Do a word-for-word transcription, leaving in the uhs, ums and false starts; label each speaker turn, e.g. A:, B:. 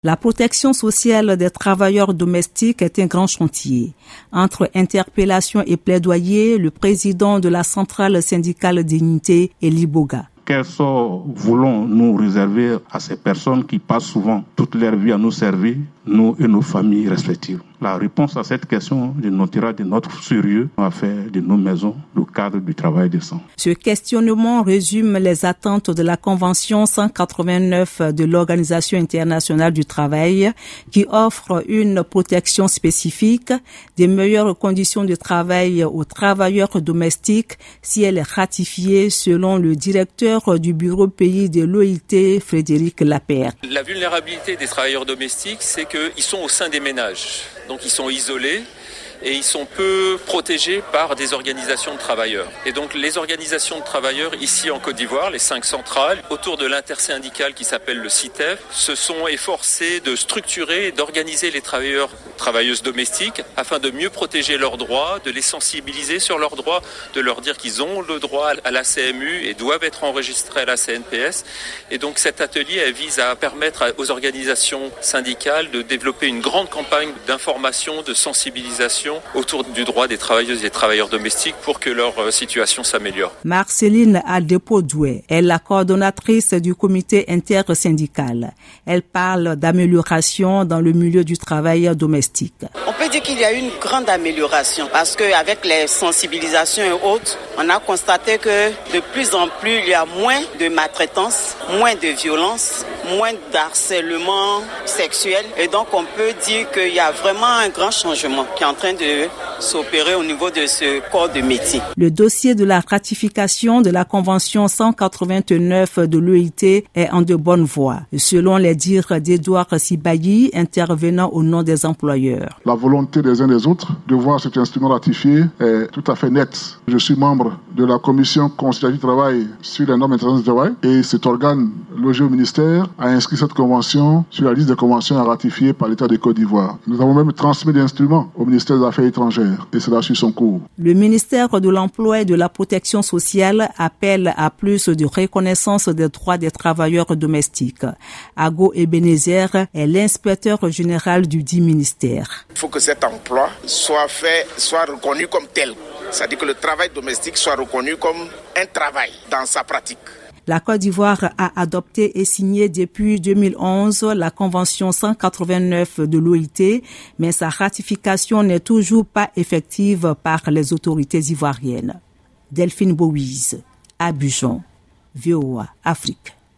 A: La protection sociale des travailleurs domestiques est un grand chantier. Entre interpellation et plaidoyer, le président de la centrale syndicale d'unité est Liboga.
B: Quel sort voulons-nous réserver à ces personnes qui passent souvent toute leur vie à nous servir, nous et nos familles respectives? La réponse à cette question dénotera de notre sérieux à faire de nos maisons le cadre du travail décent.
A: Ce questionnement résume les attentes de la Convention cent quatre-vingt-neuf de l'Organisation internationale du travail qui offre une protection spécifique, des meilleures conditions de travail aux travailleurs domestiques si elle est ratifiée selon le directeur du bureau pays de l'O I T, Frédéric Lapère.
C: La vulnérabilité des travailleurs domestiques, c'est qu'ils sont au sein des ménages. Donc ils sont isolés et ils sont peu protégés par des organisations de travailleurs. Et donc les organisations de travailleurs ici en Côte d'Ivoire, les cinq centrales, autour de l'intersyndicale qui s'appelle le C I T E F, se sont efforcés de structurer et d'organiser les travailleurs, travailleuses domestiques afin de mieux protéger leurs droits, de les sensibiliser sur leurs droits, de leur dire qu'ils ont le droit à la C M U et doivent être enregistrés à la C N P S. Et donc cet atelier elle vise à permettre aux organisations syndicales de développer une grande campagne d'information, de sensibilisation autour du droit des travailleuses et des travailleurs domestiques pour que leur situation s'améliore.
A: Marceline Adepo-Doué est la coordonnatrice du comité intersyndical. Elle parle d'amélioration dans le milieu du travail domestique.
D: On peut dire qu'il y a eu une grande amélioration parce qu'avec les sensibilisations et autres, on a constaté que de plus en plus il y a moins de maltraitance, moins de violence, moins d'harcèlement sexuel et donc on peut dire qu'il y a vraiment un grand changement qui est en train de s'opérer au niveau de ce corps de métier.
A: Le dossier de la ratification de la Convention cent quatre-vingt-neuf de l'O I T est en de bonne voie, selon les dires d'Edouard Sibayi, intervenant au nom des employeurs.
E: La volonté des uns des autres de voir cet instrument ratifié est tout à fait nette. Je suis membre de la commission consultative du travail sur les normes internationales du travail et cet organe logé au ministère a inscrit cette convention sur la liste des conventions à ratifier par l'État de Côte d'Ivoire. Nous avons même transmis l'instrument au ministère des Affaires étrangères et cela suit son cours.
A: Le ministère de l'Emploi et de la Protection sociale appelle à plus de reconnaissance des droits des travailleurs domestiques. Ago Ebenezer est l'inspecteur général du dit ministère.
F: Il faut que cet emploi soit fait, soit reconnu comme tel. C'est-à-dire que le travail domestique soit reconnu comme un travail dans sa pratique.
A: La Côte d'Ivoire a adopté et signé depuis deux mille onze la Convention cent quatre-vingt-neuf de l'O I T, mais sa ratification n'est toujours pas effective par les autorités ivoiriennes. Delphine Bouise, Abidjan, V O A Afrique.